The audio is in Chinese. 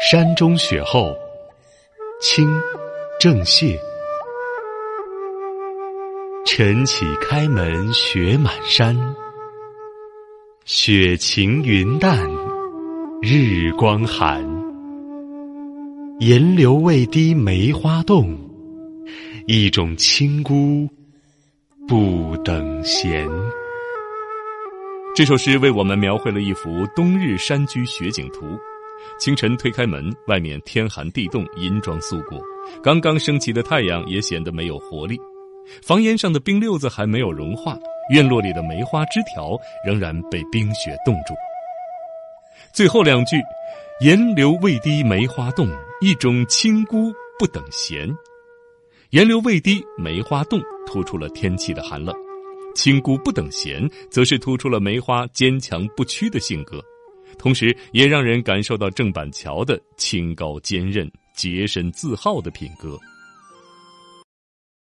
山中雪后，清，郑燮。晨起开门雪满山，雪晴云淡，日光寒。岩流未滴梅花动，一种清孤不等闲。 这首诗为我们描绘了一幅冬日山居雪景图。清晨推开门，外面天寒地冻，银装素裹，刚刚升起的太阳也显得没有活力。房檐上的冰溜子还没有融化，院落里的梅花枝条仍然被冰雪冻住。最后两句，岩流未滴梅花动，一种清孤不等闲。岩流未滴，梅花动，突出了天气的寒冷；清孤不等闲，则是突出了梅花坚强不屈的性格，同时也让人感受到郑板桥的清高坚韧、洁身自好的品格。